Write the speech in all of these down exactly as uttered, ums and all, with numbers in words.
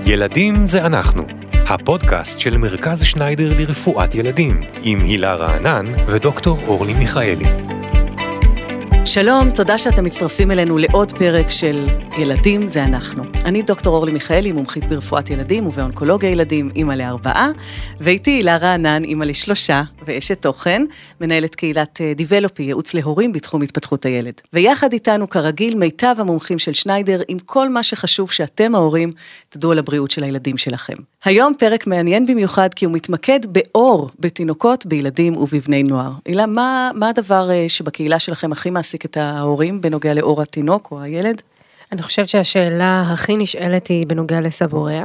ילדים זה אנחנו, הפודקאסט של מרכז שניידר לרפואת ילדים, עם הילה רענן ודוקטור אורלי מיכאלי. שלום, תודה שאתם מצטרפים אלינו לעוד פרק של ילדים זה אנחנו. אני דוקטור אורלי מיכאלי, מומחית ברפואת ילדים ובאונקולוגיה ילדים, אמא לארבעה, ואיתי הילה רענן, אמא לשלושה ואשת תוכן, מנהלת קהילת דיבלופי, ייעוץ להורים בתחום התפתחות הילד. ויחד איתנו כרגיל מיטב המומחים של שניידר, עם כל מה שחשוב שאתם ההורים תדעו על הבריאות של הילדים שלכם. היום פרק מעניין במיוחד כי הוא מתמקד באור בתינוקות, בילדים ובבני נוער. הילה, מה, מה הדבר שבקהילה שלכם הכי מעסיק את ההורים בנוגע לאור התינוק או הילד? אני חושבת שהשאלה הכי נשאלת היא בנוגע לסבוריה,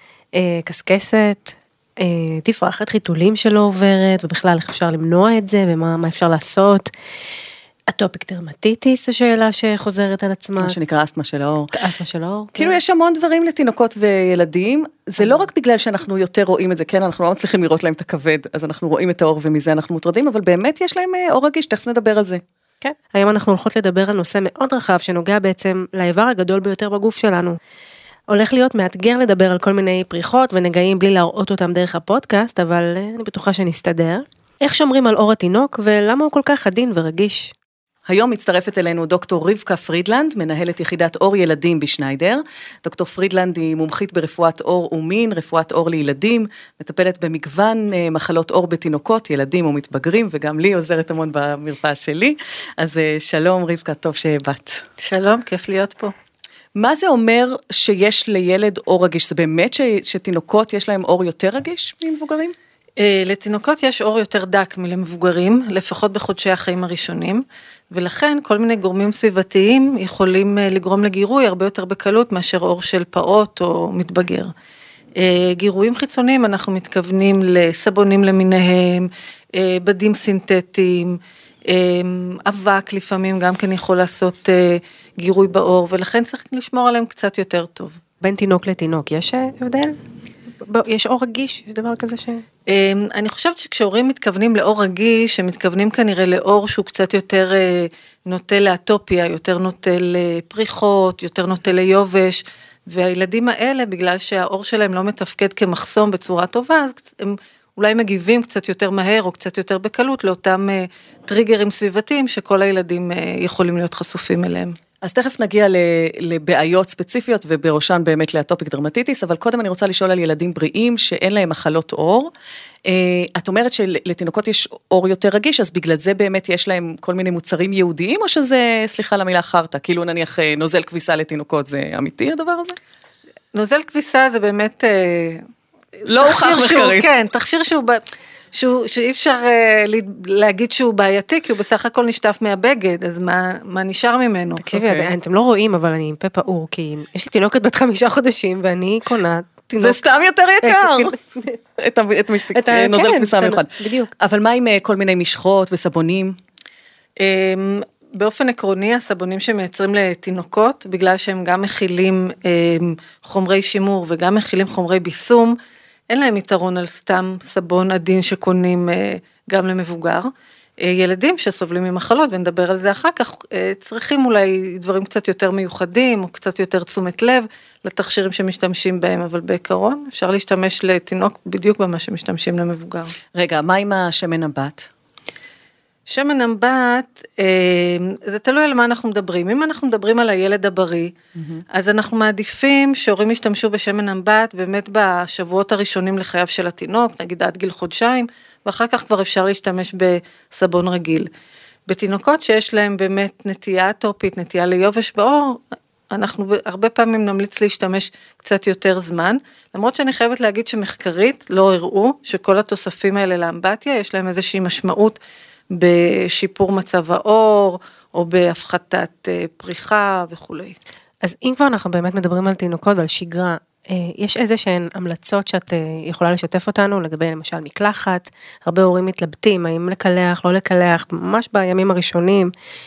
קסקסת, תפרחת חיתולים שלא עוברת, ובכלל איך אפשר למנוע את זה, ומה מה אפשר לעשות. אטופיק דרמטיטיס, השאלה שחוזרת על עצמה. מה שנקרא אסתמה של האור. אסתמה של האור. כאילו יש המון דברים לתינוקות וילדים, זה לא רק בגלל שאנחנו יותר רואים את זה, כן, אנחנו לא מצליחים לראות להם את הכבד, אז אנחנו רואים את האור ומזה אנחנו מוטרדים, אבל באמת יש להם אור רגיש, תכף נדבר על זה. כן, היום אנחנו הולכות לדבר על נושא מאוד רחב, שנוגע בעצם לאיבר הגדול ביותר בגוף שלנו. הולך להיות מאתגר לדבר על כל מיני פריחות ונגעים בלי להראות אותם דרך הפודקאסט, אבל אני בטוחה שנסתדר. איך שומרים על אור התינוק ולמה הוא כל כך עדין ורגיש? היום מצטרפת אלינו דוקטור רבקה פרידלנד, מנהלת יחידת אור ילדים בשניידר. דוקטור פרידלנד היא מומחית ברפואת אור ומין, רפואת אור לילדים, מטפלת במגוון מחלות אור בתינוקות, ילדים ומתבגרים, וגם לי עוזרת המון במרפאה שלי. אז שלום רבקה, טוב שבאת. שלום, כיף להיות פה. מה זה אומר שיש לילד אור רגיש? זה באמת ש, שתינוקות יש להם אור יותר רגיש ממבוגרים? לתינוקות יש אור יותר דק מלמבוגרים, לפחות בחודשי החיים הראשונים, ולכן כל מיני גורמים סביבתיים יכולים לגרום לגירוי הרבה יותר בקלות מאשר אור של פעוט או מתבגר. גירויים חיצוניים אנחנו מתכוונים לסבונים למיניהם, בדים סינתטיים, אבק לפעמים גם כן יכול לעשות גירוי באור, ולכן צריך לשמור עליהם קצת יותר טוב. בין תינוק לתינוק יש הבדל? יש אור רגיש, יש דבר כזה ש... אני חושבת שכשהורים מתכוונים לאור רגיש, הם מתכוונים כנראה לאור שהוא קצת יותר נוטה לאטופיה, יותר נוטה לפריחות, יותר נוטה ליובש, והילדים האלה, בגלל שהאור שלהם לא מתפקד כמחסום בצורה טובה, אז הם אולי מגיבים קצת יותר מהר, או קצת יותר בקלות, לאותם טריגרים סביבתיים, שכל הילדים יכולים להיות חשופים אליהם. אז תכף נגיע לבעיות ספציפיות, ובראשן באמת לאטופיק דרמטיטיס, אבל קודם אני רוצה לשאול על ילדים בריאים, שאין להם מחלות אור. את אומרת שלתינוקות יש אור יותר רגיש, אז בגלל זה באמת יש להם כל מיני מוצרים יהודיים, או שזה, סליחה למילה חרטה, כאילו נניח נוזל כביסה לתינוקות, זה אמיתי הדבר הזה? נוזל כביסה זה באמת... לא הוכח מחקרית. כן, תכשיר שהוא... שהוא, שאי אפשר uh, להגיד שהוא בעייתי, כי הוא בסך הכל נשטף מהבגד, אז מה, מה נשאר ממנו? תקשיבי, okay. אתם לא רואים, אבל אני עם פה פעור, כי יש לי תינוקת בת חמישה חודשים, ואני קונה תינוק. זה סתם יותר יקר. את, את, משתק, את נוזל כן, כביסה מיוחד. בדיוק. אבל מה עם כל מיני משחות וסבונים? באופן עקרוני, הסבונים שמייצרים לתינוקות, בגלל שהם גם מכילים חומרי שימור, וגם מכילים חומרי ביסום, אין להם יתרון על סתם סבון עדין שקונים גם למבוגר. ילדים שסובלים ממחלות, ונדבר על זה אחר כך, צריכים אולי דברים קצת יותר מיוחדים, או קצת יותר תשומת לב לתכשירים שמשתמשים בהם, אבל בעיקרון אפשר להשתמש לתינוק בדיוק במה שמשתמשים למבוגר. רגע, מה עם השמן נבט? שמן נבט, זה תלוי על מה אנחנו מדברים. אם אנחנו מדברים על הילד הבריא, mm-hmm. אז אנחנו מעדיפים שהורים ישתמשו בשמן נבט, באמת בשבועות הראשונים לחייו של התינוק, נגיד עד גיל חודשיים, ואחר כך כבר אפשר להשתמש בסבון רגיל. בתינוקות שיש להם באמת נטייה אטופית, נטייה ליובש בעור, אנחנו הרבה פעמים נמליץ להשתמש קצת יותר זמן, למרות שאני חייבת להגיד שמחקרית לא הראו שכל התוספים האלה לאמבטיה, יש להם איזושהי משמעות, בשיפור מצב האור, או בהפחתת פריחה וכו'. אז אם כבר אנחנו באמת מדברים על תינוקות ועל שגרה, יש איזה שהן המלצות שאת יכולה לשתף אותנו, לגבי למשל מקלחת, הרבה הורים מתלבטים, האם לקלח, לא לקלח, ממש בימים הראשונים,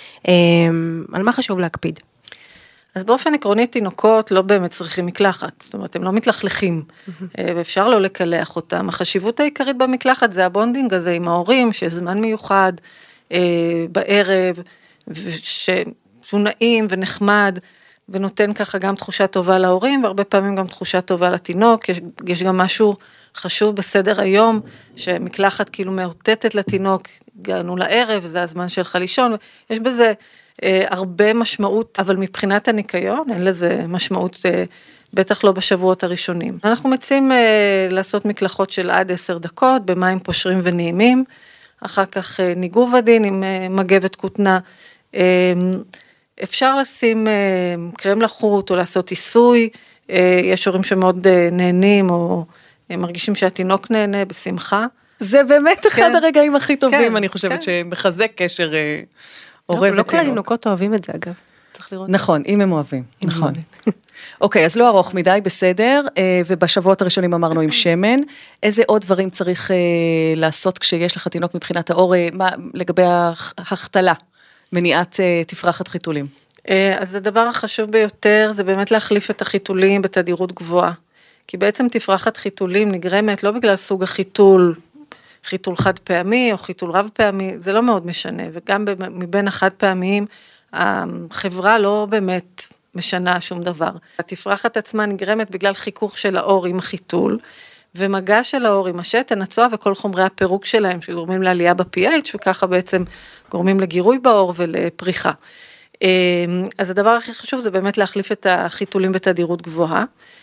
על מה חשוב להקפיד? אז באופן עקרוני תינוקות לא באמת צריכים מקלחת, זאת אומרת, הם לא מתלכלכים, ואפשר לא לקלח אותם. החשיבות העיקרית במקלחת זה הבונדינג הזה עם ההורים, שיש זמן מיוחד בערב, שהוא נעים ונחמד, ונותן ככה גם תחושה טובה להורים, והרבה פעמים גם תחושה טובה לתינוק, יש, יש גם משהו חשוב בסדר היום, שמקלחת כאילו מאותתת לתינוק, הגענו לערב, זה הזמן שלך לישון, יש בזה אה, הרבה משמעות, אבל מבחינת הניקיון, אין לזה משמעות, אה, בטח לא בשבועות הראשונים. אנחנו מציעים אה, לעשות מקלחות של עד עשר דקות, במים פושרים ונעימים, אחר כך אה, ניגוב עדין עם אה, מגבת כותנה, אה, אפשר לשים אה, קרם לחוט או לעשות עיסוי, אה, יש הורים שמאוד אה, נהנים או אה, מרגישים שהתינוק נהנה בשמחה. זה באמת אחד כן. הרגעים הכי טובים, כן, אני חושבת כן. שמחזק קשר אה, לא, הורה לא כל ותינוק. התינוקות אוהבים את זה אגב, צריך לראות. נכון, אם הם אוהבים, אם נכון. אוהבים. אוקיי, אז לא ארוך מדי, בסדר, אה, ובשבועות הראשונים אמרנו עם שמן, איזה עוד דברים צריך אה, לעשות כשיש לך תינוק מבחינת האור, אה, מה, לגבי ההחתלה, מניעת אה, תפרחת חיתולים? אה, אז הדבר החשוב ביותר זה באמת להחליף את החיתולים בתדירות גבוהה, כי בעצם תפרחת חיתולים נגרמת לא בגלל סוג החיתול, חיתול חד פעמי או חיתול רב פעמי, זה לא מאוד משנה, וגם מבין החד פעמיים, החברה לא באמת משנה שום דבר. התפרחת עצמה נגרמת בגלל חיכוך של האור עם החיתול, ומגע של האור עם השתן, הצואה וכל חומרי הפירוק שלהם, שגורמים לעלייה ב-פי אייץ' וככה בעצם גורמים לגירוי באור ולפריחה. אז הדבר הכי חשוב זה באמת להחליף את החיתולים בתדירות גבוהה,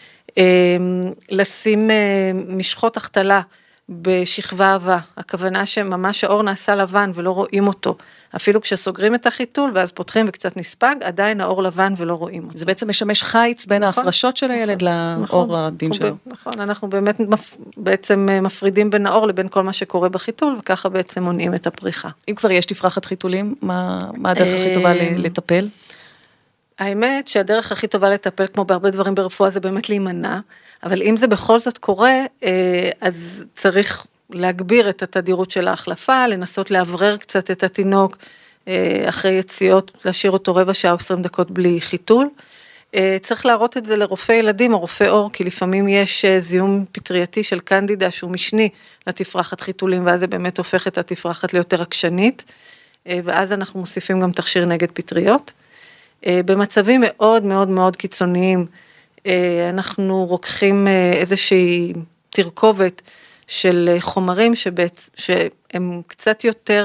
לשים משחות החתלה בשכבה עבה, הכוונה שממש האור נעשה לבן ולא רואים אותו, אפילו כשסוגרים את החיתול ואז פותחים וקצת נספג, עדיין האור לבן ולא רואים אותו. זה בעצם משמש חיץ בין נכון, ההפרשות של הילד נכון, לאור נכון, הדין שלו. נכון, אנחנו באמת מפ... בעצם מפרידים בין האור לבין כל מה שקורה בחיתול, וככה בעצם מונעים את הפריחה. אם כבר יש תפרחת חיתולים, מה, מה הדרך הכי טובה לטפל? האמת שהדרך הכי טובה לטפל, כמו בהרבה דברים ברפואה, זה באמת להימנע, אבל אם זה בכל זאת קורה, אז צריך להגביר את התדירות של ההחלפה, לנסות להברר קצת את התינוק, אחרי יציאות, להשאיר אותו רבע שעה או עשרים דקות בלי חיתול. צריך להראות את זה לרופא ילדים או רופא אור, כי לפעמים יש זיהום פטרייתי של קנדידה, שהוא משני לתפרחת חיתולים, ואז זה באמת הופך את התפרחת ליותר עקשנית, ואז אנחנו מוסיפים גם תכשיר נגד פטריות. במצבים מאוד מאוד מאוד קיצוניים, אנחנו רוקחים איזושהי תרכובת של חומרים שבצ... שהם קצת יותר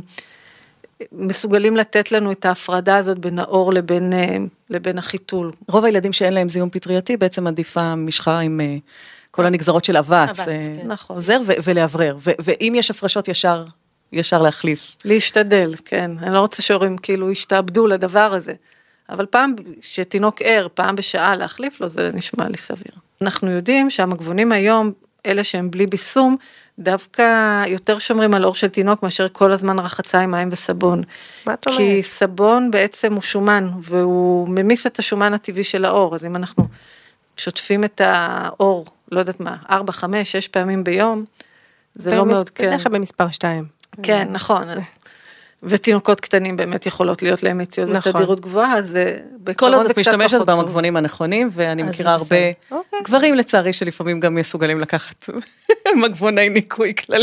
מסוגלים לתת לנו את ההפרדה הזאת בין האור לבין, לבין החיתול. רוב הילדים שאין להם זיהום פטרייתי, בעצם עדיפה משחה עם כל הנגזרות של אבץ, נכון. עוזר ולאוורר, ואם יש הפרשות ישר, ישר להחליף. להשתדל, כן, אני לא רוצה שהורים כאילו ישתעבדו לדבר הזה, אבל פעם שתינוק ער, פעם בשעה להחליף לו, זה נשמע לי סביר. אנחנו יודעים שהמגבונים היום, אלה שהם בלי ביסום, דווקא יותר שומרים על אור של תינוק, מאשר כל הזמן רחצה עם מים וסבון. מה את אומרת? כי סבון בעצם הוא שומן, והוא ממיס את השומן הטבעי של האור, אז אם אנחנו שוטפים את האור, לא יודעת מה, ארבע, חמש, שש פעמים ביום, זה לא מאוד, כן. בדרך כלל במספר שתיים. כן, נכון, ותינוקות קטנים באמת יכולות להיות להם יציאות בתדירות גבוהה, אז כל עוד את משתמשת במגבונים הנכונים, ואני מכירה הרבה גברים לצערי שלפעמים גם מסוגלים לקחת מגבוני ניקוי כללי.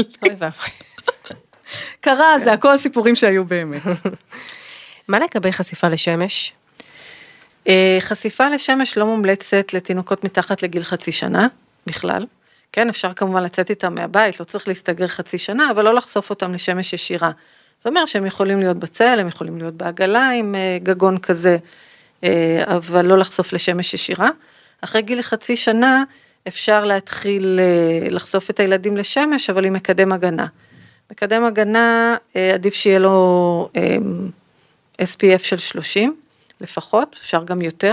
קרה, זה הכל סיפורים שהיו באמת. מה לגבי חשיפה לשמש? חשיפה לשמש לא מומלצת לתינוקות מתחת לגיל חצי שנה, בכלל. כן, אפשר כמובן לצאת איתם מהבית, לא צריך להסתגר חצי שנה, אבל לא לחשוף אותם לשמש ישירה. זאת אומרת שהם יכולים להיות בצל, הם יכולים להיות בעגלה עם גגון כזה, אבל לא לחשוף לשמש ישירה. אחרי גיל חצי שנה אפשר להתחיל לחשוף את הילדים לשמש, אבל עם מקדם הגנה. מקדם הגנה עדיף שיהיה לו אס פי אף של שלושים לפחות, אפשר גם יותר,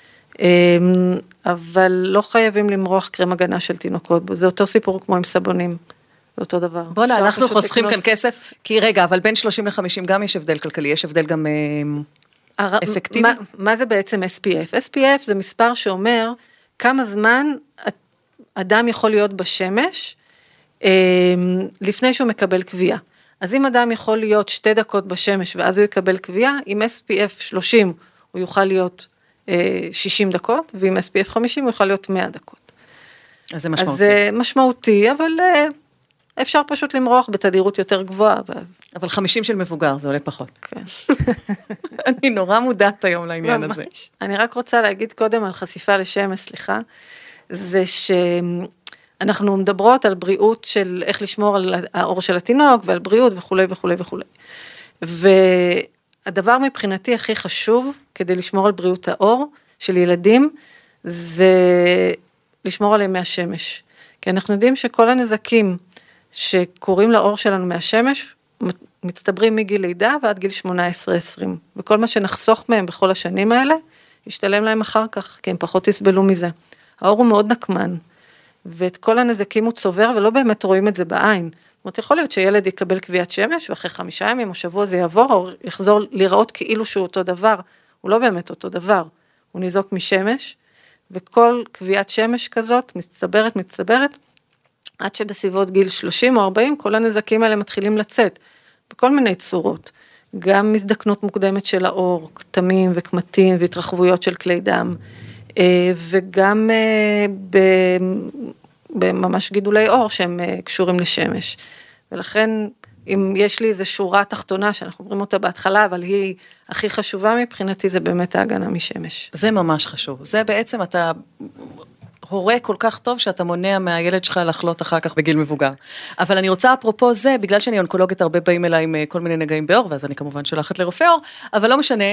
אבל לא חייבים למרוח קרם הגנה של תינוקות, זה אותו סיפור כמו עם סבונים. זה אותו דבר. בוא'נה, אנחנו חוסכים כאן כסף, כי רגע, אבל בין שלושים לחמישים גם יש הבדל כלכלי, יש הבדל גם אפקטיבי? מה, מה זה בעצם אס פי אף? אס פי אף זה מספר שאומר כמה זמן אדם יכול להיות בשמש לפני שהוא מקבל קביעה. אז אם אדם יכול להיות שתי דקות בשמש ואז הוא יקבל קביעה, עם אס פי אף שלושים הוא יוכל להיות שישים דקות, ועם אס פי אף חמישים הוא יוכל להיות מאה דקות. אז זה משמעותי. אז זה משמעותי, אבל אפשר פשוט למרוח בתדירות יותר גבוהה, ואז... אבל חמישים של מבוגר, זה עולה פחות. כן. אני נורא מודעת היום לעניין ממש. הזה. אני רק רוצה להגיד קודם על חשיפה לשמש, סליחה, זה שאנחנו מדברות על בריאות של איך לשמור על האור של התינוק, ועל בריאות וכו' וכו' וכו'. והדבר מבחינתי הכי חשוב, כדי לשמור על בריאות האור של ילדים, זה לשמור עליהם מהשמש. כי אנחנו יודעים שכל הנזקים שקורים לאור שלנו מהשמש, מצטברים מגיל לידה ועד גיל שמונה עשרה עשרים. וכל מה שנחסוך מהם בכל השנים האלה, ישתלם להם אחר כך, כי הם פחות יסבלו מזה. האור הוא מאוד נקמן, ואת כל הנזקים הוא צובר, ולא באמת רואים את זה בעין. זאת אומרת, יכול להיות שילד יקבל קביעת שמש, ואחרי חמישה ימים או שבוע זה יעבור, או יחזור לראות כאילו שהוא אותו דבר. הוא לא באמת אותו דבר. הוא ניזוק משמש, וכל קביעת שמש כזאת מצטברת, מצטברת, עד שבסביבות גיל שלושים או ארבעים, כל הנזקים האלה מתחילים לצאת, בכל מיני צורות. גם מזדקנות מוקדמת של האור, כתמים וקמטים והתרחבויות של כלי דם, וגם בממש גידולי אור שהם קשורים לשמש. ולכן, אם יש לי איזו שורה תחתונה, שאנחנו אומרים אותה בהתחלה, אבל היא הכי חשובה מבחינתי, זה באמת ההגנה משמש. זה ממש חשוב. זה בעצם אתה הורה כל כך טוב, שאתה מונע מהילד שלך לחלות אחר כך בגיל מבוגר. אבל אני רוצה, אפרופו זה, בגלל שאני אונקולוגית, הרבה באים אליי עם כל מיני נגעים באור, ואז אני כמובן שולחת לרופא אור, אבל לא משנה,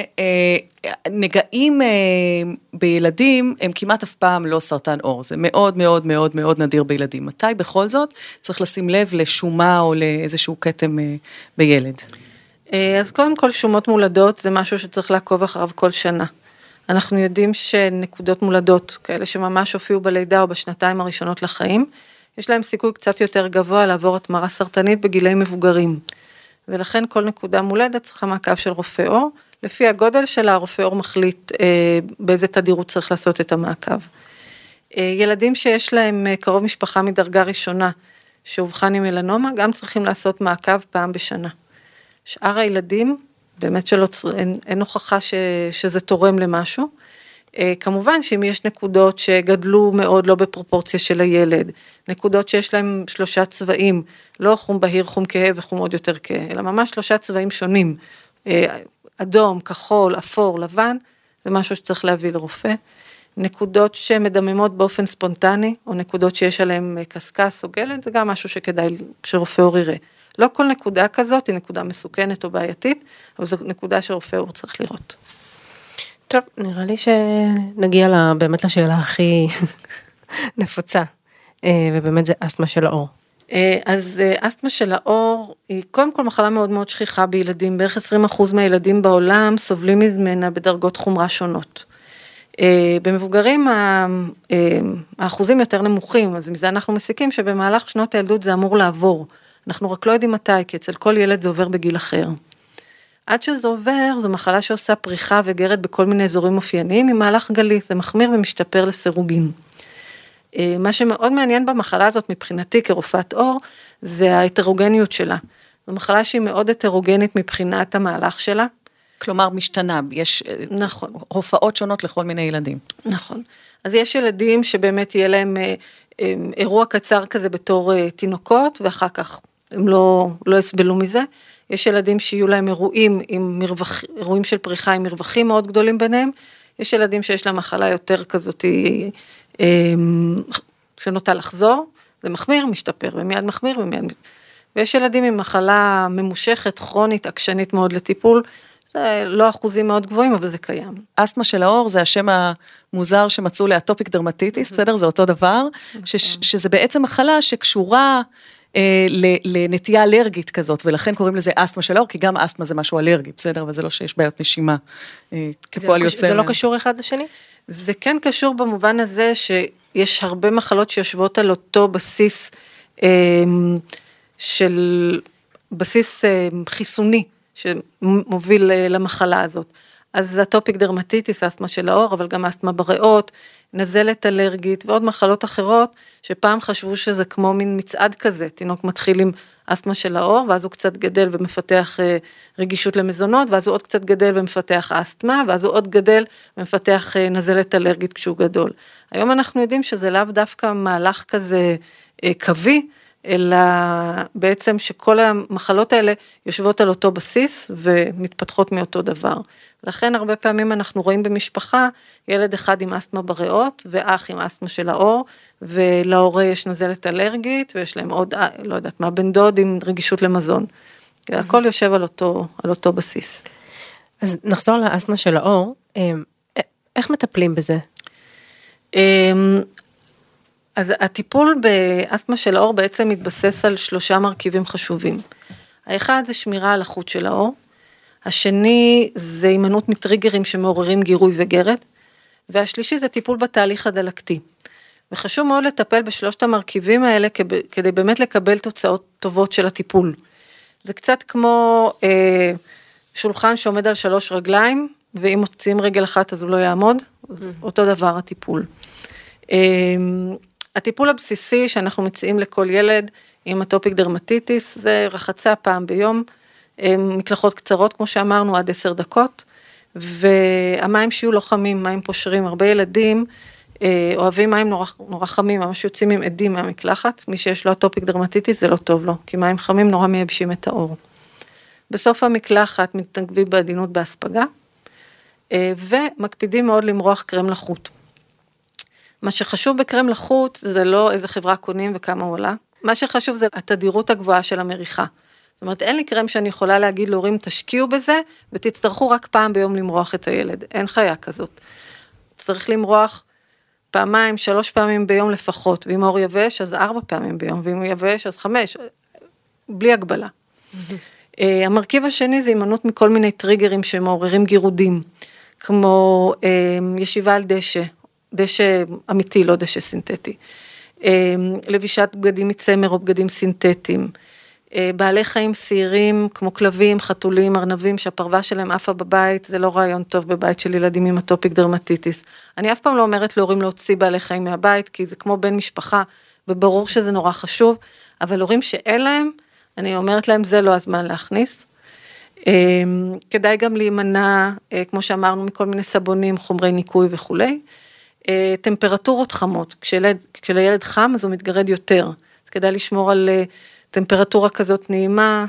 נגעים בילדים, הם כמעט אף פעם לא סרטן אור. זה מאוד מאוד מאוד מאוד נדיר בילדים. מתי בכל זאת צריך לשים לב לשומה או לאיזשהו קטם בילד? אז קודם כל, שומות מולדות זה משהו שצריך לעקוב אחריו כל שנה. אנחנו יודעים שנקודות מולדות, כאלה שממש הופיעו בלידה או בשנתיים הראשונות לחיים, יש להם סיכוי קצת יותר גבוה לעבור התמרה סרטנית בגילי מבוגרים. ולכן כל נקודה מולדת צריכה מעקב של רופא אור, לפי הגודל שלה הרופא אור מחליט אה, באיזה תדירות צריך לעשות את המעקב. אה, ילדים שיש להם אה, קרוב משפחה מדרגה ראשונה, שהובחן עם מלנומה, גם צריכים לעשות מעקב פעם בשנה. שאר הילדים, באמת שלא, אין, אין הוכחה ש, שזה תורם למשהו. אה, כמובן שאם יש נקודות שגדלו מאוד לא בפרופורציה של הילד, נקודות שיש להם שלושה צבעים, לא חום בהיר, חום כהה וחום עוד יותר כהה, אלא ממש שלושה צבעים שונים, אה, אדום, כחול, אפור, לבן, זה משהו שצריך להביא לרופא. נקודות שמדממות באופן ספונטני, או נקודות שיש עליהן קסקס או גלד, זה גם משהו שכדאי שרופא אור יראה. לא כל נקודה כזאת היא נקודה מסוכנת או בעייתית, אבל זו נקודה שרופא אור צריך לראות. טוב, נראה לי שנגיע לה, באמת לשאלה הכי נפוצה, ובאמת זה אסתמה של האור. אז אסתמה של האור היא קודם כל מחלה מאוד מאוד שכיחה בילדים, בערך עשרים אחוז מהילדים בעולם סובלים ממנה בדרגות חומרה שונות. במבוגרים האחוזים יותר נמוכים, אז מזה אנחנו מסיקים שבמהלך שנות הילדות זה אמור לעבור, אנחנו רק לא יודעים מתי, כי אצל כל ילד זה עובר בגיל אחר. עד שזה עובר, זו מחלה שעושה פריחה וגרד בכל מיני אזורים אופייניים, עם מהלך גלי, זה מחמיר ומשתפר לסירוגין. מה שמאוד מעניין במחלה הזאת מבחינתי כרופאת אור, זה ההטרוגניות שלה. זו מחלה שהיא מאוד הטרוגנית מבחינת המהלך שלה. כלומר, משתנה, יש נכון. הופעות שונות לכל מיני ילדים. נכון. אז יש ילדים שבאמת יהיה להם אירוע קצר כזה בתור תינוקות, ואחר כך הם לא, לא יסבלו מזה. יש ילדים שיהיו להם אירועים, עם מרווח, אירועים של פריחה עם מרווחים מאוד גדולים ביניהם. יש ילדים שיש להם מחלה יותר כזאת, שנוטה לחזור, זה מחמיר, משתפר, ומיד מחמיר, ומיד... ויש ילדים עם מחלה ממושכת, כרונית, עקשנית מאוד לטיפול, זה לא אחוזים מאוד גבוהים, אבל זה קיים. אסתמה של האור זה השם המוזר שמצאו לאטופיק דרמטיטיס, בסדר? זה אותו דבר, שזה בעצם מחלה שקשורה לנטייה אלרגית כזאת, ולכן קוראים לזה אסתמה של האור, כי גם אסתמה זה משהו אלרגי, בסדר? אבל זה לא שיש בעיות נשימה כפועל יוצא. זה לא קשור אחד לשני? זה כן קשור במובן הזה שיש הרבה מחלות שיושבות על אותו בסיס של בסיס חיסוני, שמוביל למחלה הזאת. אז אטופיק דרמטיטיס, אסתמה של האור, אבל גם אסתמה בריאות, נזלת אלרגית ועוד מחלות אחרות, שפעם חשבו שזה כמו מין מצעד כזה, תינוק מתחיל עם אסתמה של האור, ואז הוא קצת גדל ומפתח רגישות למזונות, ואז הוא עוד קצת גדל ומפתח אסתמה, ואז הוא עוד גדל ומפתח נזלת אלרגית כשהוא גדול. היום אנחנו יודעים שזה לאו דווקא מהלך כזה קווי, אלא בעצם שכל המחלות האלה יושבות על אותו בסיס ומתפתחות מאותו דבר. לכן הרבה פעמים אנחנו רואים במשפחה ילד אחד עם אסתמה בריאות ואח עם אסתמה של האור, ולהורה יש נזלת אלרגית ויש להם עוד, לא יודעת מה, בן דוד עם רגישות למזון. הכל יושב על אותו, על אותו בסיס. אז נחזור לאסתמה של האור, איך מטפלים בזה? אז הטיפול באסתמה של האור בעצם מתבסס על שלושה מרכיבים חשובים. האחד זה שמירה על החוט של האור, השני זה הימנעות מטריגרים שמעוררים גירוי וגרד, והשלישי זה טיפול בתהליך הדלקתי. וחשוב מאוד לטפל בשלושת המרכיבים האלה כדי באמת לקבל תוצאות טובות של הטיפול. זה קצת כמו אה, שולחן שעומד על שלוש רגליים, ואם מוצאים רגל אחת אז הוא לא יעמוד, mm-hmm. אותו דבר הטיפול. אה, הטיפול הבסיסי שאנחנו מציעים לכל ילד עם אטופיק דרמטיטיס, זה רחצה פעם ביום, אה, מקלחות קצרות כמו שאמרנו עד עשר דקות, והמים שיהיו לא חמים, מים פושרים, הרבה ילדים, אוהבים מים נורא, נורא חמים, ממש יוצאים עם עדים מהמקלחת, מי שיש לו אטופיק דרמטיטיס זה לא טוב לו, כי מים חמים נורא מייבשים את האור. בסוף המקלחת מתנגבים בעדינות בהספגה, ומקפידים מאוד למרוח קרם לחוט. מה שחשוב בקרם לחוט זה לא איזה חברה קונים וכמה הוא עולה, מה שחשוב זה התדירות הגבוהה של המריחה. זאת אומרת, אין לי קרם שאני יכולה להגיד להורים תשקיעו בזה, ותצטרכו רק פעם ביום למרוח את הילד, אין חיה כזאת. צריך למרוח פעמיים, שלוש פעמים ביום לפחות, ואם האור יבש, אז ארבע פעמים ביום, ואם הוא יבש, אז חמש, בלי הגבלה. המרכיב השני זה הימנעות מכל מיני טריגרים שמעוררים גירודים, כמו ישיבה על דשא, דשא אמיתי, לא דשא סינתטי, לבישת בגדים מצמר או בגדים סינתטיים, בעלי חיים סעירים, כמו כלבים, חתולים, ארנבים, שהפרווה שלהם עפה בבית, זה לא רעיון טוב בבית של ילדים עם אטופיק דרמטיטיס. אני אף פעם לא אומרת להורים להוציא בעלי חיים מהבית, כי זה כמו בן משפחה, וברור שזה נורא חשוב, אבל הורים שאין להם, אני אומרת להם, זה לא הזמן להכניס. כדאי גם להימנע, כמו שאמרנו, מכל מיני סבונים, חומרי ניקוי וכו'. טמפרטורות חמות, כשילד, כשילד חם, אז הוא מתגרד יותר. אז כדאי לשמור על טמפרטורה כזאת נעימה,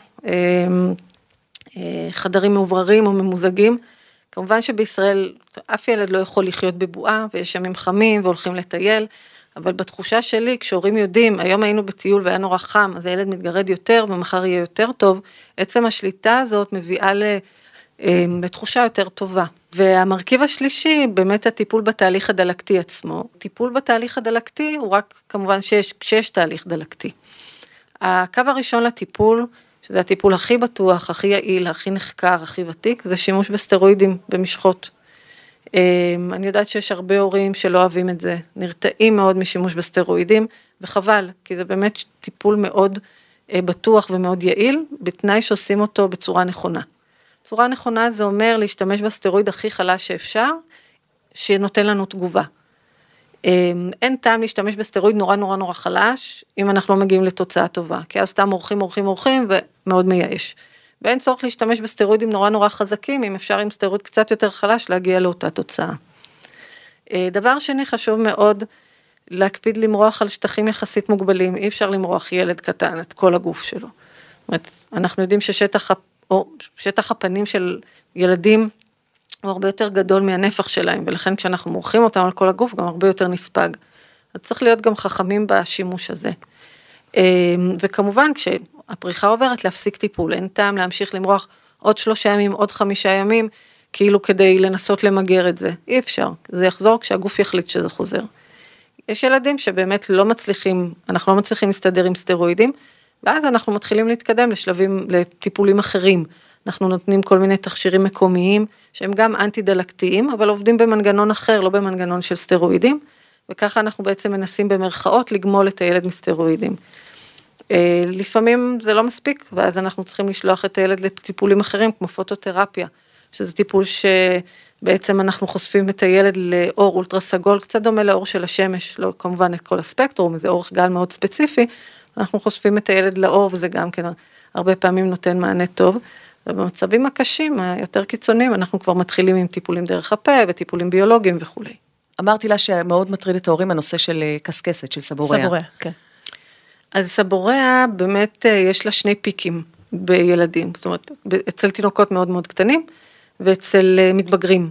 חדרים מאובררים או ממוזגים. כמובן שבישראל אף ילד לא יכול לחיות בבועה, ויש ימים חמים והולכים לטייל, אבל בתחושה שלי, כשהורים יודעים, היום היינו בטיול והיה נורא חם, אז הילד מתגרד יותר ומחר יהיה יותר טוב, עצם השליטה הזאת מביאה לתחושה יותר טובה. והמרכיב השלישי, באמת הטיפול בתהליך הדלקתי עצמו. טיפול בתהליך הדלקתי הוא רק כמובן שיש, כשיש תהליך דלקתי. הקו הראשון לטיפול, שזה הטיפול הכי בטוח, הכי יעיל, הכי נחקר, הכי ותיק, זה שימוש בסטרואידים במשחות. אני יודעת שיש הרבה הורים שלא אוהבים את זה, נרתעים מאוד משימוש בסטרואידים, וחבל, כי זה באמת טיפול מאוד בטוח ומאוד יעיל, בתנאי שעושים אותו בצורה נכונה. צורה נכונה זה אומר להשתמש בסטרואיד הכי חלש שאפשר, שנותן לנו תגובה. אין טעם להשתמש בסטרואיד נורא נורא נורא חלש, אם אנחנו לא מגיעים לתוצאה טובה, כי אז סתם אורחים, אורחים, אורחים, ומאוד מייאש. ואין צורך להשתמש בסטרואידים נורא נורא חזקים, אם אפשר עם סטרואיד קצת יותר חלש, להגיע לאותה תוצאה. דבר שני חשוב מאוד, להקפיד למרוח על שטחים יחסית מוגבלים, אי אפשר למרוח ילד קטן, את כל הגוף שלו. זאת אומרת, אנחנו יודעים ששטח, או שטח הפנים של ילדים, הוא הרבה יותר גדול מהנפח שלהם, ולכן כשאנחנו מורחים אותם על כל הגוף, גם הרבה יותר נספג. אז צריך להיות גם חכמים בשימוש הזה. וכמובן, כשהפריחה עוברת, להפסיק טיפול, אין טעם להמשיך למרוח עוד שלושה ימים, עוד חמישה ימים, כאילו כדי לנסות למגר את זה. אי אפשר, זה יחזור כשהגוף יחליט שזה חוזר. יש ילדים שבאמת לא מצליחים, אנחנו לא מצליחים להסתדר עם סטרואידים, ואז אנחנו מתחילים להתקדם לשלבים, לטיפולים אחרים. אנחנו נותנים כל מיני תכשירים מקומיים, שהם גם אנטי-דלקתיים, אבל עובדים במנגנון אחר, לא במנגנון של סטרואידים, וככה אנחנו בעצם מנסים במרכאות לגמול את הילד מסטרואידים. לפעמים זה לא מספיק, ואז אנחנו צריכים לשלוח את הילד לטיפולים אחרים, כמו פוטותרפיה, שזה טיפול שבעצם אנחנו חושפים את הילד לאור אולטרה סגול, קצת דומה לאור של השמש, לא כמובן את כל הספקטרום, זה אורך גל מאוד ספציפי, אנחנו חושפים את הילד לאור, וזה גם כן הרבה פעמים נותן מענה טוב, ובמצבים הקשים, היותר קיצוניים, אנחנו כבר מתחילים עם טיפולים דרך הפה, וטיפולים ביולוגיים וכו'. אמרתי לה שמאוד מטריד את ההורים הנושא של קסקסת, של סבוריה. סבוריה, כן. אז סבוריה באמת יש לה שני פיקים בילדים, זאת אומרת, אצל תינוקות מאוד מאוד קטנים, ואצל מתבגרים.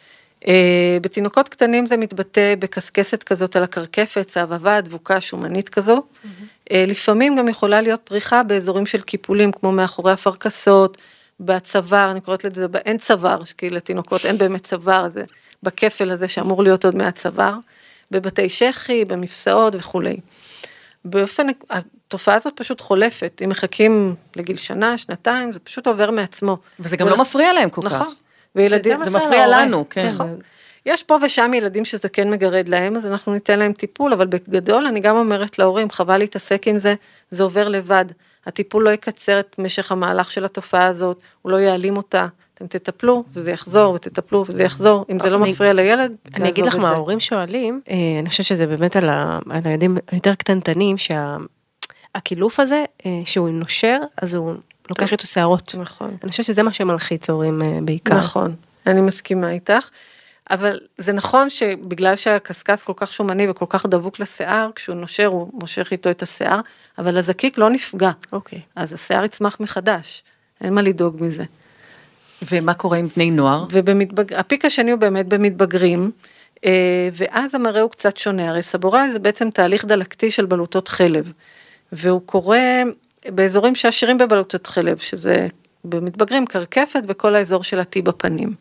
בתינוקות קטנים זה מתבטא בקסקסת כזאת על הקרקפת, צהבהבה, דבוקה, שומנית כזו. Mm-hmm. לפעמים גם יכולה להיות פריחה באזורים של קיפולים, כמו מאחורי הפרקסות, בצוואר, אני קוראת לזה, אין צוואר, כי לתינוקות אין באמת צוואר, זה בכפל הזה שאמור להיות עוד מהצוואר, בבתי שכי, במפסעות וכו'. באופן, התופעה הזאת פשוט חולפת, אם מחכים לגיל שנה, שנתיים, זה פשוט עובר מעצמו. וזה גם לא מפריע להם כל כך. נכון. וילדים, זה מפריע לנו, כן. יש פה ושם ילדים שזה כן מגרד להם, אז אנחנו ניתן להם טיפול, אבל בגדול אני גם אומרת להורים, חבל להתעסק עם זה, זה עובר לבד. הטיפול לא יקצר את משך המהלך של התופעה הזאת, הוא לא יעלים אותה, אתם תטפלו, וזה יחזור, ותטפלו, וזה יחזור, אם זה לא מפריע לילד, אני אגיד לך מה, ההורים שואלים, אני חושבת שזה באמת על הילדים היותר קטנטנים, שהקילוף הזה, שהוא נושר, אז הוא לוקח איתו שערות. נכון. אני חושבת שזה מה שמלחיץ הורים בעיקר. נכון, אני מסכימה איתך, אבל זה נכון שבגלל שהקסקס כל כך שומני וכל כך דבוק לשיער, כשהוא נושר הוא מושך איתו את השיער, אבל הזקיק לא נפגע. אוקיי. אז השיער יצמח מחדש, אין מה לדאוג מזה. ומה קורה עם בני נוער? והפיק השני הוא באמת במתבגרים, ואז המראה הוא קצת שונה, הרי סבוריה זה בעצם תהליך דלקתי של בלוטות חלב, והוא קורה באזורים שעשירים בבלוטות חלב, שזה במתבגרים קרקפת וכל האזור של הטי בפנים.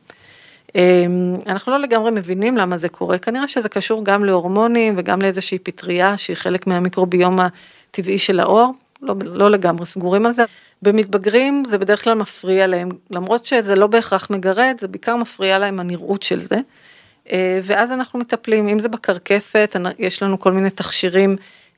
אנחנו לא לגמרי מבינים למה זה קורה, כנראה שזה קשור גם להורמונים וגם לאיזושהי פטריה שהיא חלק מהמיקרוביום הטבעי של העור, לא, לא לגמרי סגורים על זה. במתבגרים זה בדרך כלל מפריע להם, למרות שזה לא בהכרח מגרד, זה בעיקר מפריע להם הנראות של זה, ואז אנחנו מטפלים, אם זה בקרקפת, יש לנו כל מיני תכשירים,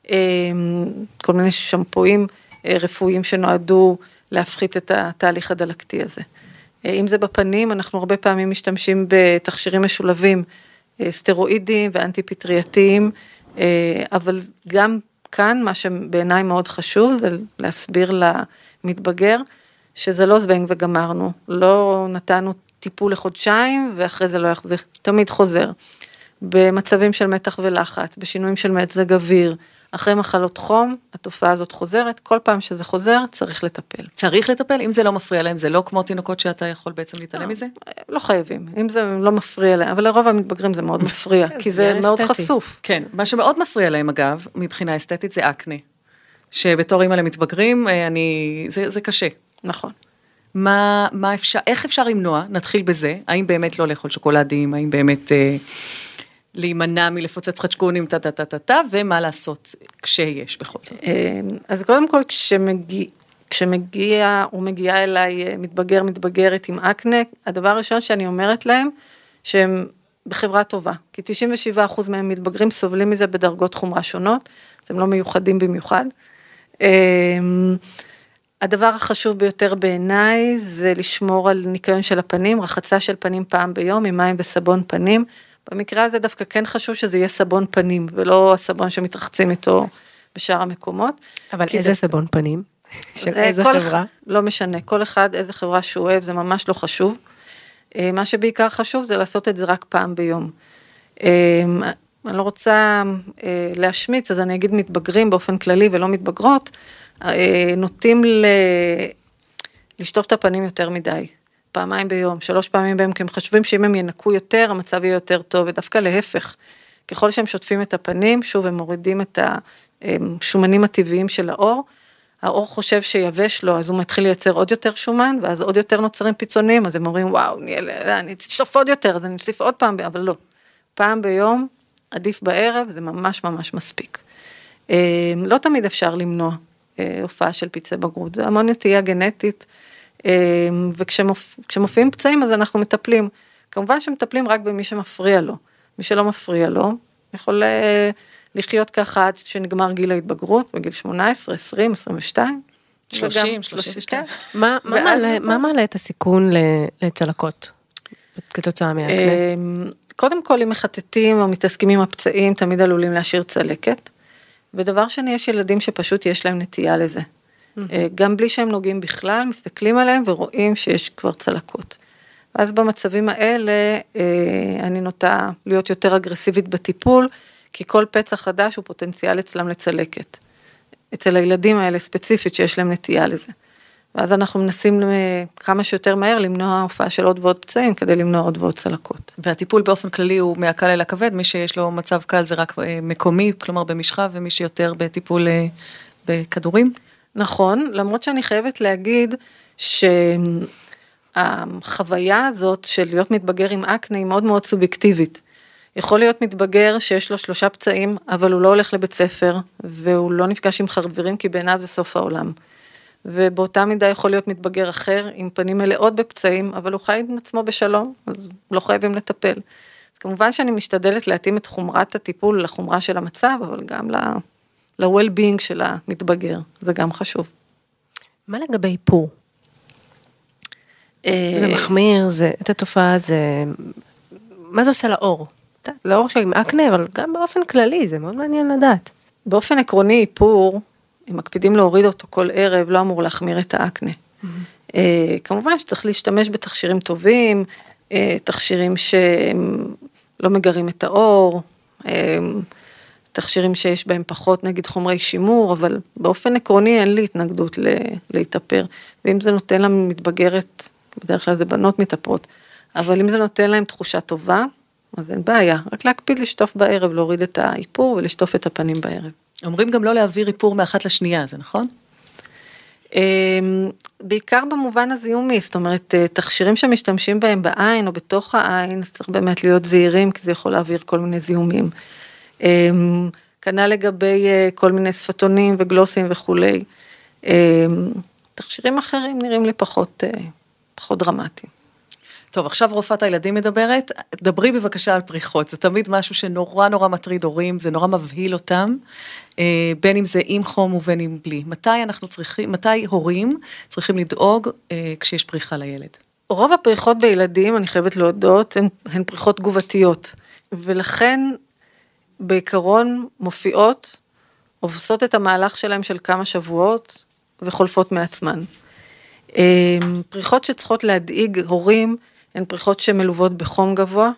כל מיני שמפויים רפואיים שנועדו להפחית את התהליך הדלקתי הזה. אם זה בפנים, אנחנו הרבה פעמים משתמשים בתכשירים משולבים, סטרואידים ואנטי-פטרייתיים, אבל גם כאן, מה שבעיניי מאוד חשוב, זה להסביר למתבגר, שזה לא זבנג וגמרנו, לא נתנו טיפול לחודשיים, ואחרי זה לא יחזר, תמיד חוזר. במצבים של מתח ולחץ, בשינויים של מזג אוויר, אחרי מחלות חום, התופעה הזאת חוזרת, כל פעם שזה חוזר, צריך לטפל. צריך לטפל? אם זה לא מפריע להם, זה לא כמו תינוקות שאתה יכול בעצם להתעלם מזה? לא חייבים, אם זה לא מפריע להם, אבל לרוב המתבגרים זה מאוד מפריע, כי זה מאוד חשוף. כן, מה שמאוד מפריע להם אגב, מבחינה אסתטית זה אקנה, שבתור אימא למתבגרים, אני, זה, זה קשה. נכון. מה, מה אפשר, איך אפשר למנוע? נתחיל בזה, האם באמת לא לאכול שוקולדים, האם באמת אה, להימנע מלפוצץ חדשקונים, טה, טה, טה, טה, טה, ומה לעשות כשיש בכל זאת? אז קודם כל, כשמגיע, כשמגיע, הוא מגיע אליי מתבגר, מתבגרת עם אקנה, הדבר הראשון שאני אומרת להם, שהם בחברה טובה, כי תשעים ושבעה אחוז מהם מתבגרים סובלים מזה בדרגות חומרה שונות, אז הם לא מיוחדים במיוחד. הדבר החשוב ביותר בעיניי, זה לשמור על ניקיון של הפנים, רחצה של פנים פעם ביום, עם מים וסבון פנים, במקרה הזה דווקא כן חשוב שזה יהיה סבון פנים, ולא הסבון שמתרחצים איתו בשאר המקומות. אבל איזה זה... סבון פנים? של איזה חברה? אחד, לא משנה, כל אחד איזה חברה שהוא אוהב, זה ממש לא חשוב. מה שבעיקר חשוב זה לעשות את זה רק פעם ביום. אני לא רוצה להשמיץ, אז אני אגיד מתבגרים באופן כללי ולא מתבגרות, נוטים ל... לשטוף את הפנים יותר מדי. פעמיים ביום, שלוש פעמים ביום, כי הם חושבים שאם הם ינקו יותר, המצב יהיה יותר טוב, ודווקא להפך. ככל שהם שוטפים את הפנים, שוב, הם מורידים את השומנים הטבעיים של האור, האור חושב שיבש לו, אז הוא מתחיל לייצר עוד יותר שומן, ואז עוד יותר נוצרים פיצוניים, אז הם אומרים, וואו, אני אצטוף עוד יותר, אז אני אצטוף עוד פעם, אבל לא. פעם ביום, עדיף בערב, זה ממש ממש מספיק. לא תמיד אפשר למנוע הופעה של פצעי בגרות, זה המון נטייה גנטית, וכשמופיעים פצעים, אז אנחנו מטפלים. כמובן שמטפלים רק במי שמפריע לו. מי שלא מפריע לו, יכול לחיות ככה עד שנגמר גיל ההתבגרות, בגיל שמונה עשרה, עשרים, עשרים ושתיים. שלושים, שלושים ושתיים. מה מעלה את הסיכון לצלקות? כתוצאה מהאקנה? קודם כל, אם מחטטים או מתעסקים עם הפצעים, תמיד עלולים להשאיר צלקת. ודבר שני, יש ילדים שפשוט יש להם נטייה לזה. גם בלי שהם נוגעים בכלל, מסתכלים עליהם ורואים שיש כבר צלקות. ואז במצבים האלה, אני נוטה להיות יותר אגרסיבית בטיפול, כי כל פצע חדש הוא פוטנציאל אצלם לצלקת. אצל הילדים האלה ספציפית שיש להם נטייה לזה. ואז אנחנו מנסים כמה שיותר מהר למנוע הופעה של עוד ועוד פצעים, כדי למנוע עוד ועוד צלקות. והטיפול באופן כללי הוא מהקל אל הכבד, מי שיש לו מצב קל זה רק מקומי, כלומר במשחה, ומי שיותר בטיפול בכדורים? נכון, למרות שאני חייבת להגיד שהחוויה הזאת של להיות מתבגר עם אקנה היא מאוד מאוד סובייקטיבית. יכול להיות מתבגר שיש לו שלושה פצעים, אבל הוא לא הולך לבית ספר, והוא לא נפגש עם חברים, כי בעיניו זה סוף העולם. ובאותה מידה יכול להיות מתבגר אחר, עם פנים מלאות בפצעים, אבל הוא חי עם עצמו בשלום, אז לא חייבים לטפל. אז כמובן שאני משתדלת להתאים את חומרת הטיפול לחומרה של המצב, אבל גם ל-well-being של המתבגר, זה גם חשוב. מה לגבי איפור? זה מחמיר, זה, את התופעה, זה, מה זה עושה לאור? לאור עם אקנה, אבל גם באופן כללי, זה מאוד מעניין לדעת. באופן עקרוני, איפור, אם מקפידים להוריד אותו כל ערב, לא אמור להחמיר את האקנה. Mm-hmm. כמובן שצריך להשתמש בתכשירים טובים, תכשירים שלא מגרים את האור, תכשירים שיש בהם פחות נגיד חומרי שימור, אבל באופן עקרוני אין לי התנגדות להתאפר, ואם זה נותן להם מתבגרת, בדרך כלל זה בנות מתאפרות, אבל אם זה נותן להם תחושה טובה, אז אין בעיה, רק להקפיד לשטוף בערב, להוריד את האיפור ולשטוף את הפנים בערב. אומרים גם לא להעביר איפור מאחת לשנייה, זה נכון? בעיקר במובן הזיהומי, זאת אומרת, תכשירים שמשתמשים בהם בעין או בתוך העין, צריך באמת להיות זהירים, כי זה יכול להעביר כל מיני זיהומים. כנ"ל לגבי כל מיני שפתונים וגלוסים וכולי. תכשירים אחרים נראים לי פחות, פחות דרמטיים. טוב, עכשיו רופאת הילדים מדברת, דברי בבקשה על פריחות, זה תמיד משהו שנורא נורא מטריד הורים, זה נורא מבהיל אותם, בין אם זה עם חום ובין אם בלי. מתי אנחנו צריכים, מתי הורים צריכים לדאוג כשיש פריחה לילד? רוב הפריחות בילדים, אני חייבת להודות, הן, הן פריחות תגובתיות, ולכן בעיקרון מופיעות, עושות את המהלך שלהם של כמה שבועות, וחולפות מעצמן. פריחות שצריכות להדאיג הורים, הן פריחות שמלוות בחום גבוה,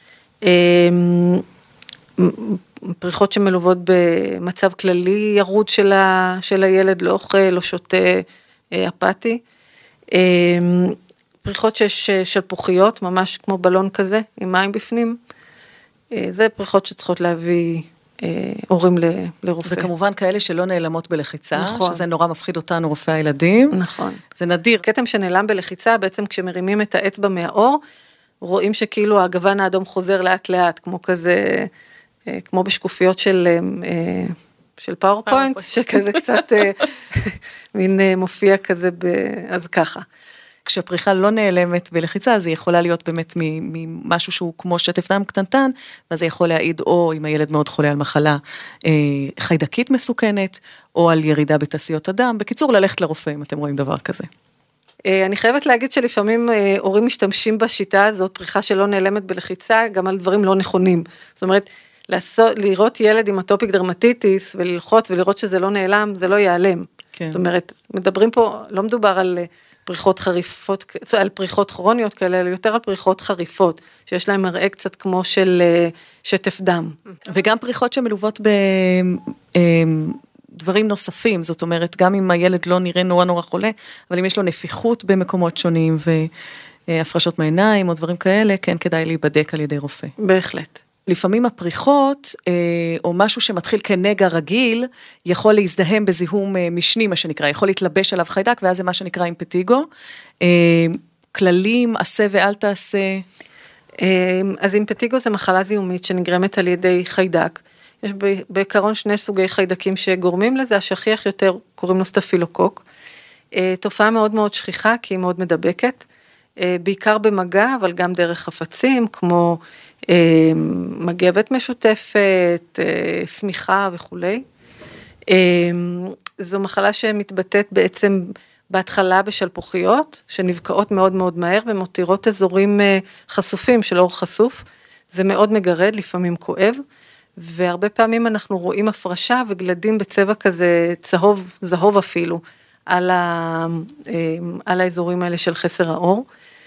פריחות שמלוות במצב כללי ירוד של, ה, של הילד, לא אוכל, לא שותה, אפתי, פריחות שיש שלפוחיות, ממש כמו בלון כזה, עם מים בפנים, זה פריחות שצריכות להביא הורים לרופא. וכמובן כאלה שלא נעלמות בלחיצה, נכון. שזה נורא מפחיד אותנו רופאי הילדים. נכון. זה נדיר. כתם שנעלם בלחיצה, בעצם כשמרימים את האצבע מהאור, רואים שכאילו הגוון האדום חוזר לאט לאט, כמו כזה, כמו בשקופיות של, של פאורפוינט, שכזה קצת מין מופיע כזה, אז ככה. כשהפריחה לא נעלמת בלחיצה, אז היא יכולה להיות באמת ממשהו שהוא כמו שטף דם קטנטן, ואז זה יכול להעיד או אם הילד מאוד חולה על מחלה חיידקית מסוכנת, או על ירידה בתעשיות הדם. בקיצור, ללכת לרופא אם אתם רואים דבר כזה. אני חייבת להגיד שלפעמים הורים משתמשים בשיטה הזאת, פריחה שלא נעלמת בלחיצה, גם על דברים לא נכונים. זאת אומרת, לעשות, לראות ילד עם אטופיק דרמטיטיס, וללחוץ ולראות שזה לא נעלם, זה לא ייעלם. כן. זאת אומרת, מדברים פה, לא מדובר על פריחות חריפות, על פריחות כרוניות כאלה, אלא יותר על פריחות חריפות, שיש להם מראה קצת כמו של שטף דם. וגם פריחות שמלוות בדברים נוספים, זאת אומרת, גם אם הילד לא נראה נורא נורא חולה, אבל אם יש לו נפיחות במקומות שונים, והפרשות מעיניים או דברים כאלה, כן כדאי להיבדק על ידי רופא. בהחלט. לפעמים הפריחות, או משהו שמתחיל כנגע רגיל, יכול להזדהם בזיהום משני, מה שנקרא, יכול להתלבש עליו חיידק, ואז זה מה שנקרא אימפטיגו. כללים, עשה ואל תעשה. אז אימפטיגו זה מחלה זיהומית שנגרמת על ידי חיידק. יש בעיקרון שני סוגי חיידקים שגורמים לזה, השכיח יותר קוראים לו סטפילוקוק. תופעה מאוד מאוד שכיחה, כי היא מאוד מדבקת. בעיקר במגע, אבל גם דרך חפצים, כמו מגבת משותפת, סמיכה וכולי. זו מחלה שמתבטאת בעצם בהתחלה בשלפוחיות, שנבקעות מאוד מאוד מהר, ומותירות אזורים חשופים של אור חשוף. זה מאוד מגרד, לפעמים כואב, והרבה פעמים אנחנו רואים הפרשה וגלדים בצבע כזה צהוב, זהוב אפילו, על, ה, על האזורים האלה של חסר האור.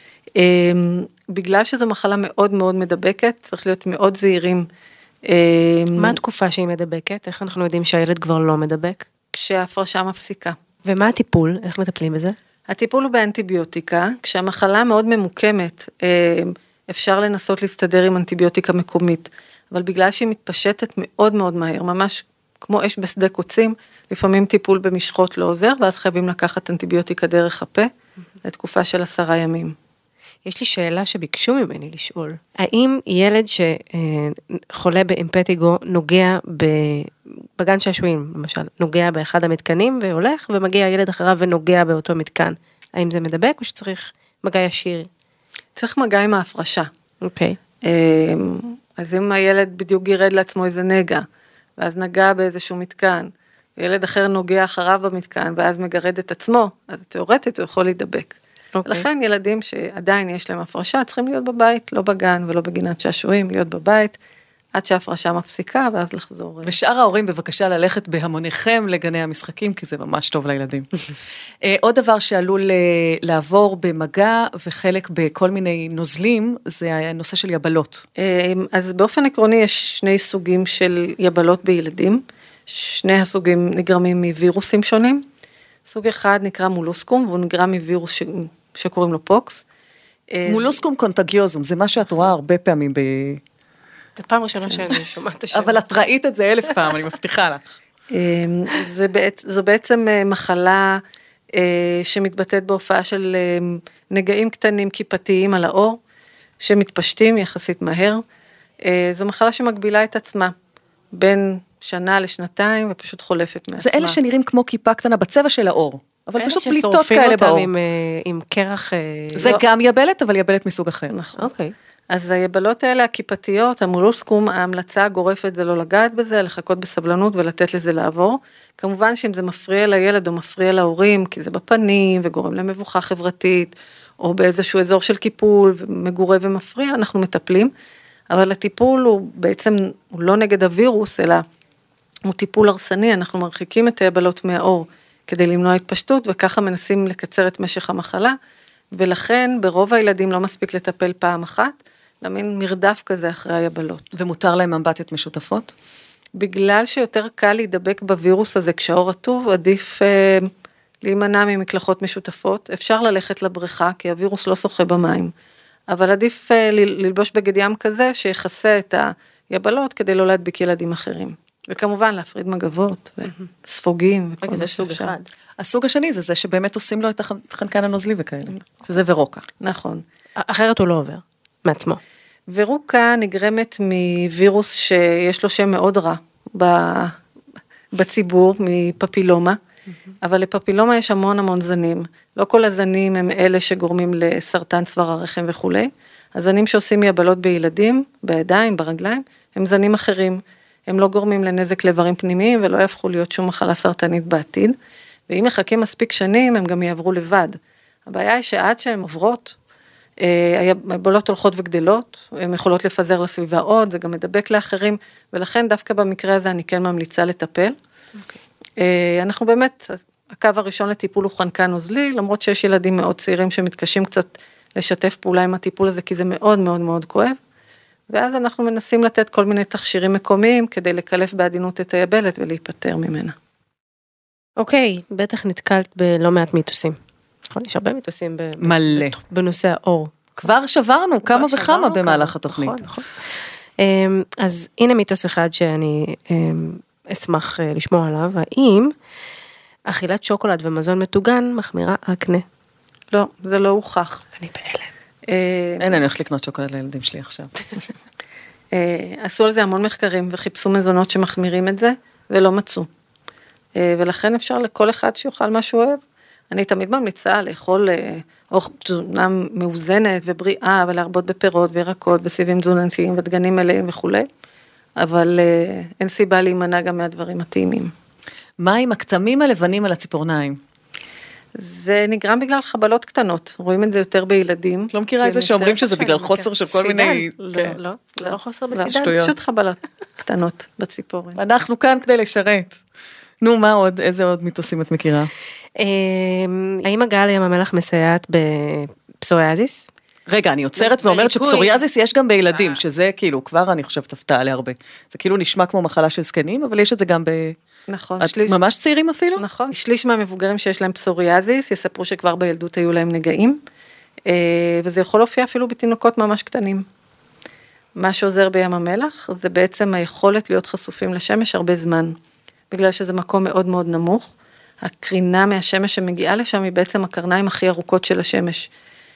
בגלל שזו מחלה מאוד מאוד מדבקת, צריך להיות מאוד זהירים. מה התקופה שהיא מדבקת? איך אנחנו יודעים שהילד כבר לא מדבק? כשההפרשה מפסיקה. ומה הטיפול? איך מטפלים בזה? הטיפול הוא באנטיביוטיקה, כשהמחלה מאוד ממוקמת, אפשר לנסות להסתדר עם אנטיביוטיקה מקומית, אבל בגלל שהיא מתפשטת מאוד מאוד מהר, ממש כמו אש בשדה קוצים, לפעמים טיפול במשחות לא עוזר, ואז חייבים לקחת אנטיביוטיקה דרך הפה, לתקופה של עשרה ימים. יש לי שאלה שביקשו ממני לשאול, האם ילד שחולה באמפטיגו נוגע בגן שעשועים, למשל, נוגע באחד המתקנים והולך, ומגיע ילד אחריו ונוגע באותו מתקן, האם זה מדבק או שצריך מגע ישיר? צריך מגע עם ההפרשה. אוקיי. אז אם הילד בדיוק גירד לעצמו איזה נגע, ואז נגע באיזשהו מתקן, וילד אחר נוגע אחריו במתקן, ואז מגרד את עצמו, אז תיאורטית הוא יכול להידבק. Okay. לכן ילדים שעדיין יש להם הפרשה, צריכים להיות בבית, לא בגן ולא בגינת שעשועים, להיות בבית, עד שההפרשה מפסיקה, ואז לחזור. ושאר ההורים בבקשה ללכת בהמוניכם לגני המשחקים, כי זה ממש טוב לילדים. עוד דבר שעלול לעבור במגע, וחלק בכל מיני נוזלים, זה הנושא של יבלות. אז באופן עקרוני יש שני סוגים של יבלות בילדים, שני הסוגים נגרמים מווירוסים שונים, סוג אחד נקרא מולוסקום, והוא נגרם מווירוס ש... שקוראים לו פוקס. מולוסקום קונטגיוזום, זה מה שאת רואה הרבה פעמים ב... זה פעם ראשונה שאני שומעת את השם. אבל את ראית את זה אלף פעם, אני מבטיחה לך. זה בעצם, זו בעצם מחלה שמתבטאת בהופעה של נגעים קטנים כיפתיים על האור, שמתפשטים יחסית מהר. זו מחלה שמגבילה את עצמה, בין שנה לשנתיים, ופשוט חולפת מעצמה. זה אלה שנראים כמו כיפה קטנה בצבע של האור, אבל פשוט פליטות ששורפים כאלה אותם באור. עם, עם קרח... זה לא... גם יבלת, אבל יבלת מסוג אחר. נכון. אוקיי. אז היבלות האלה, הכיפתיות, המולוסקום, ההמלצה הגורפת זה לא לגעת בזה, לחכות בסבלנות ולתת לזה לעבור. כמובן שאם זה מפריע לילד או מפריע להורים, כי זה בפנים וגורם למבוכה חברתית, או באיזשהו אזור של קיפול, ומגורה ומפריע, אנחנו מטפלים. אבל הטיפול הוא בעצם, הוא לא נגד הווירוס, אלא הוא טיפול הרסני, אנחנו מרחיקים את היבלות מהאור, כדי למנוע התפשטות, וככה מנסים לקצר את משך המחלה, ולכן ברוב הילדים לא מספיק לטפל פעם אחת, למין מרדף כזה אחרי היבלות. ומותר להם אמבטיות משותפות? בגלל שיותר קל להידבק בווירוס הזה, כשהאור רטוב, עדיף אה, להימנע ממקלחות משותפות, אפשר ללכת לבריכה, כי הווירוס לא שוחה במים, אבל עדיף אה, ללבוש בגד ים כזה, שיחסה את היבלות, כדי לא להדביק ילדים אחרים. וכמובן להפריד מגבות, וספוגים, וכל זה סוג אחד. הסוג השני זה זה שבאמת עושים לו את החנקן הנוזלי וכאלה, שזה ורוקה. נכון. אחרת הוא לא עובר, מעצמו. ורוקה נגרמת מווירוס שיש לו שם מאוד רע בציבור, מפפילומה, אבל לפפילומה יש המון המון זנים. לא כל הזנים הם אלה שגורמים לסרטן צוואר הרחם וכו'. הזנים שעושים יבלות בילדים, בידיים, ברגליים, הם זנים אחרים. הם לא גורמים לנזק לאיברים פנימיים, ולא יהפכו להיות שום מחלה סרטנית בעתיד, ואם מחכים מספיק שנים, הם גם יעברו לבד. הבעיה היא שעד שהן עוברות, היבלות הולכות וגדלות, הן יכולות לפזר לסביבה עוד, זה גם מדבק לאחרים, ולכן דווקא במקרה הזה אני כן ממליצה לטפל. Okay. אנחנו באמת, הקו הראשון לטיפול הוא חנקן נוזלי, למרות שיש ילדים מאוד צעירים שמתקשים קצת לשתף פעולה עם הטיפול הזה, כי זה מאוד מאוד מאוד כואב. ואז אנחנו מנסים לתת כל מיני תכשירים מקומיים, כדי לקלף בעדינות את היבלת ולהיפטר ממנה. אוקיי, בטח נתקלת בלא מעט מיתוסים. נכון, יש הרבה מיתוסים מלא. בנושא האור. כבר שברנו כמה וכמה במהלך התוכנית. נכון, נכון. אז הנה מיתוס אחד שאני אשמח לשמוע עליו, האם אכילת שוקולד ומזון מטוגן מחמירה אקנה? לא, זה לא הוכח. אני בהלם. אין, אני הולך לקנות שוקולד לילדים שלי עכשיו. עשו על זה המון מחקרים, וחיפשו מזונות שמחמירים את זה, ולא מצאו. ולכן אפשר לכל אחד שיוכל מה שהוא אוהב. אני תמיד ממליצה לאכול תזונה מאוזנת ובריאה, ולהרבות בפירות וירקות, וסיבים תזונתיים ודגנים מלאים וכו'. אבל אין סיבה להימנע גם מהדברים הטעימים. מה עם הקטמים הלבנים על הציפורניים? זה נגרם בגלל חבלות קטנות, רואים את זה יותר בילדים. לא מכירה את זה שאומרים שזה בגלל חוסר של כל מיני... לא, לא, זה לא חוסר בסידן. פשוט חבלות קטנות בציפורן. אנחנו כאן כדי לשרת. נו, מה עוד? איזה עוד מיתוסים את מכירה? האם הגעה לים המלח מסייעת בפסוריאזיס? רגע, אני עוצרת ואומרת שפסוריאזיס יש גם בילדים, שזה כאילו, כבר אני חושבת הפתעה להרבה. זה כאילו נשמע כמו מחלה של זקנים, אבל יש את זה גם ב... נכון. ממש צעירים אפילו? נכון. שליש מהמבוגרים שיש להם פסוריאזיס, יספרו שכבר בילדות היו להם נגעים, וזה יכול להופיע אפילו בתינוקות ממש קטנים. מה שעוזר בים המלח, זה בעצם היכולת להיות חשופים לשמש הרבה זמן, בגלל שזה מקום מאוד מאוד נמוך, הקרינה מהשמש שמגיעה לשם היא בעצם הקרניים הכי ארוכות של השמש,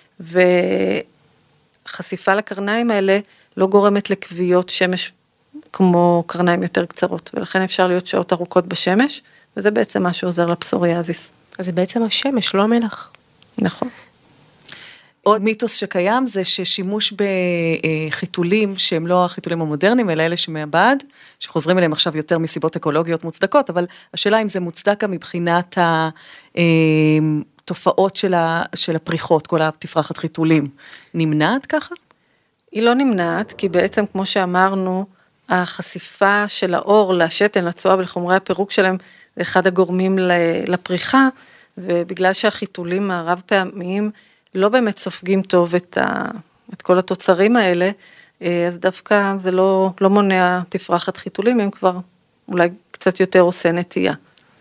וחשיפה לקרניים האלה לא גורמת לכוויות שמש כמו קרניים יותר קצרות, ולכן אפשר להיות שעות ארוכות בשמש, וזה בעצם מה שעוזר לפסוריאזיס. אז זה בעצם השמש, לא המלח. נכון. עוד מיתוס שקיים זה ששימוש בחיתולים שהם לא החיתולים המודרניים, אלא אלה שמעבד, שחוזרים אליהם עכשיו יותר מסיבות אקולוגיות מוצדקות, אבל השאלה אם זה מוצדק גם מבחינת התופעות של הפריחות, כל התפרחת חיתולים, נמנעת ככה? היא לא נמנעת, כי בעצם כמו שאמרנו, החשיפה של האור לשתן, לצואה ולחומרי הפירוק שלהם, זה אחד הגורמים לפריחה, ובגלל שהחיתולים הרב פעמיים, לא באמת סופגים טוב את, ה, את כל התוצרים האלה, אז דווקא זה לא, לא מונע תפרחת חיתולים, הם כבר אולי קצת יותר עושה נטייה.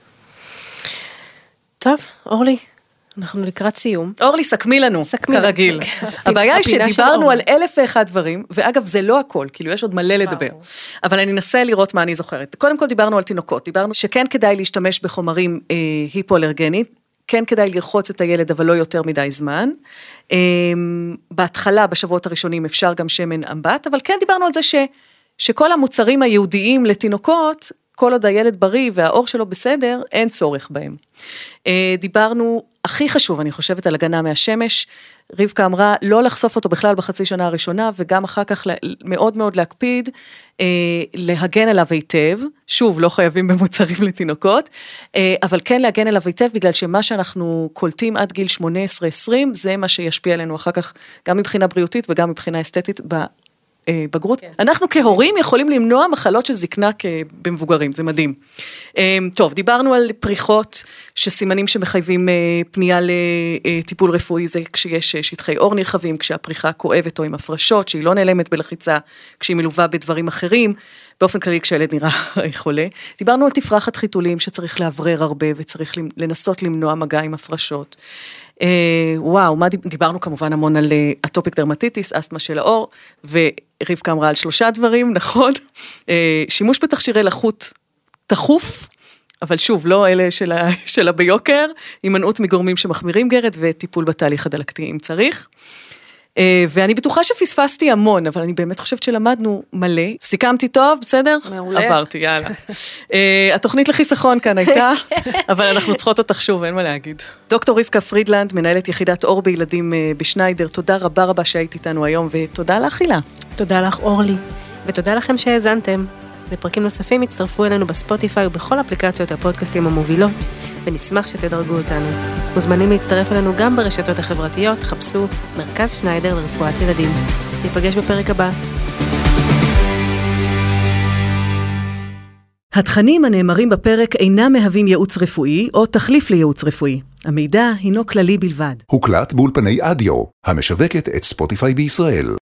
טוב, אורלי, אנחנו לקראת סיום. אורלי, סכמי לנו, סכמי כרגיל. הבעיה היא שדיברנו על אלף ואחד דברים, ואגב זה לא הכל, כאילו יש עוד מלא לדבר, אבל אני אנסה לראות מה אני זוכרת. קודם כל דיברנו על תינוקות, דיברנו שכן כדאי להשתמש בחומרים אה, היפואלרגניים, כן כדאי לרחוץ את הילד, אבל לא יותר מדי זמן. בהתחלה, בשבועות הראשונים, אפשר גם שמן אמבט, אבל כן דיברנו על זה ש, שכל המוצרים היהודיים לתינוקות, כל עוד הילד בריא והאור שלו בסדר, אין צורך בהם. דיברנו, הכי חשוב, אני חושבת, על הגנה מהשמש, רבקה אמרה, לא לחשוף אותו בכלל בחצי שנה הראשונה, וגם אחר כך מאוד מאוד להקפיד, להגן עליו היטב, שוב, לא חייבים במוצרים לתינוקות, אבל כן להגן עליו היטב, בגלל שמה שאנחנו קולטים עד גיל שמונה עשרה עשרים, זה מה שישפיע עלינו אחר כך, גם מבחינה בריאותית וגם מבחינה אסתטית בגרות. אנחנו כהורים יכולים למנוע מחלות של זקנה במבוגרים, זה מדהים. טוב, דיברנו על פריחות שסימנים שמחייבים פנייה לטיפול רפואי, זה כשיש שטחי אור נרחבים, כשהפריחה כואבת או עם הפרשות, שהיא לא נעלמת בלחיצה, כשהיא מלווה בדברים אחרים, באופן כללי כשהילד נראה חולה. דיברנו על תפרחת חיתולים שצריך להברר הרבה וצריך לנסות למנוע מגע עם הפרשות. וואו, מה דיברנו כמובן המון על אטופיק דרמטיטיס, אסתמה של האור, ורבקה אמרה על שלושה דברים, נכון? שימוש בתכשירי לחות תחוף, אבל שוב, לא אלה שלה ביוקר, הימנעות מגורמים שמחמירים גרד, וטיפול בתהליך הדלקתי אם צריך. ואני בטוחה שפספסתי המון, אבל אני באמת חושבת שלמדנו מלא. סיכמתי טוב, בסדר? מעולה. עברתי, יאללה. התוכנית לחיסכון כאן הייתה, אבל אנחנו צריכות אותך שוב, אין מה להגיד. דוקטור רבקה פרידלנד, מנהלת יחידת אור בילדים בשניידר, תודה רבה רבה שהיית איתנו היום, ותודה לך הילה. תודה לך אורלי, ותודה לכם שהאזנתם. לפרקים נוספים הצטרפו אלינו בספוטיפיי ובכל אפליקציות הפודקאסטים המובילות, ונשמח שתדרגו אותנו. מוזמנים להצטרף אלינו גם ברשתות החברתיות, חפשו מרכז שניידר לרפואת ילדים. ניפגש בפרק הבא. התכנים הנאמרים בפרק אינם מהווים ייעוץ רפואי או תחליף לייעוץ רפואי. המידע הינו כללי בלבד. הוקלט באולפני אדיו, המשווקת את ספוטיפיי בישראל.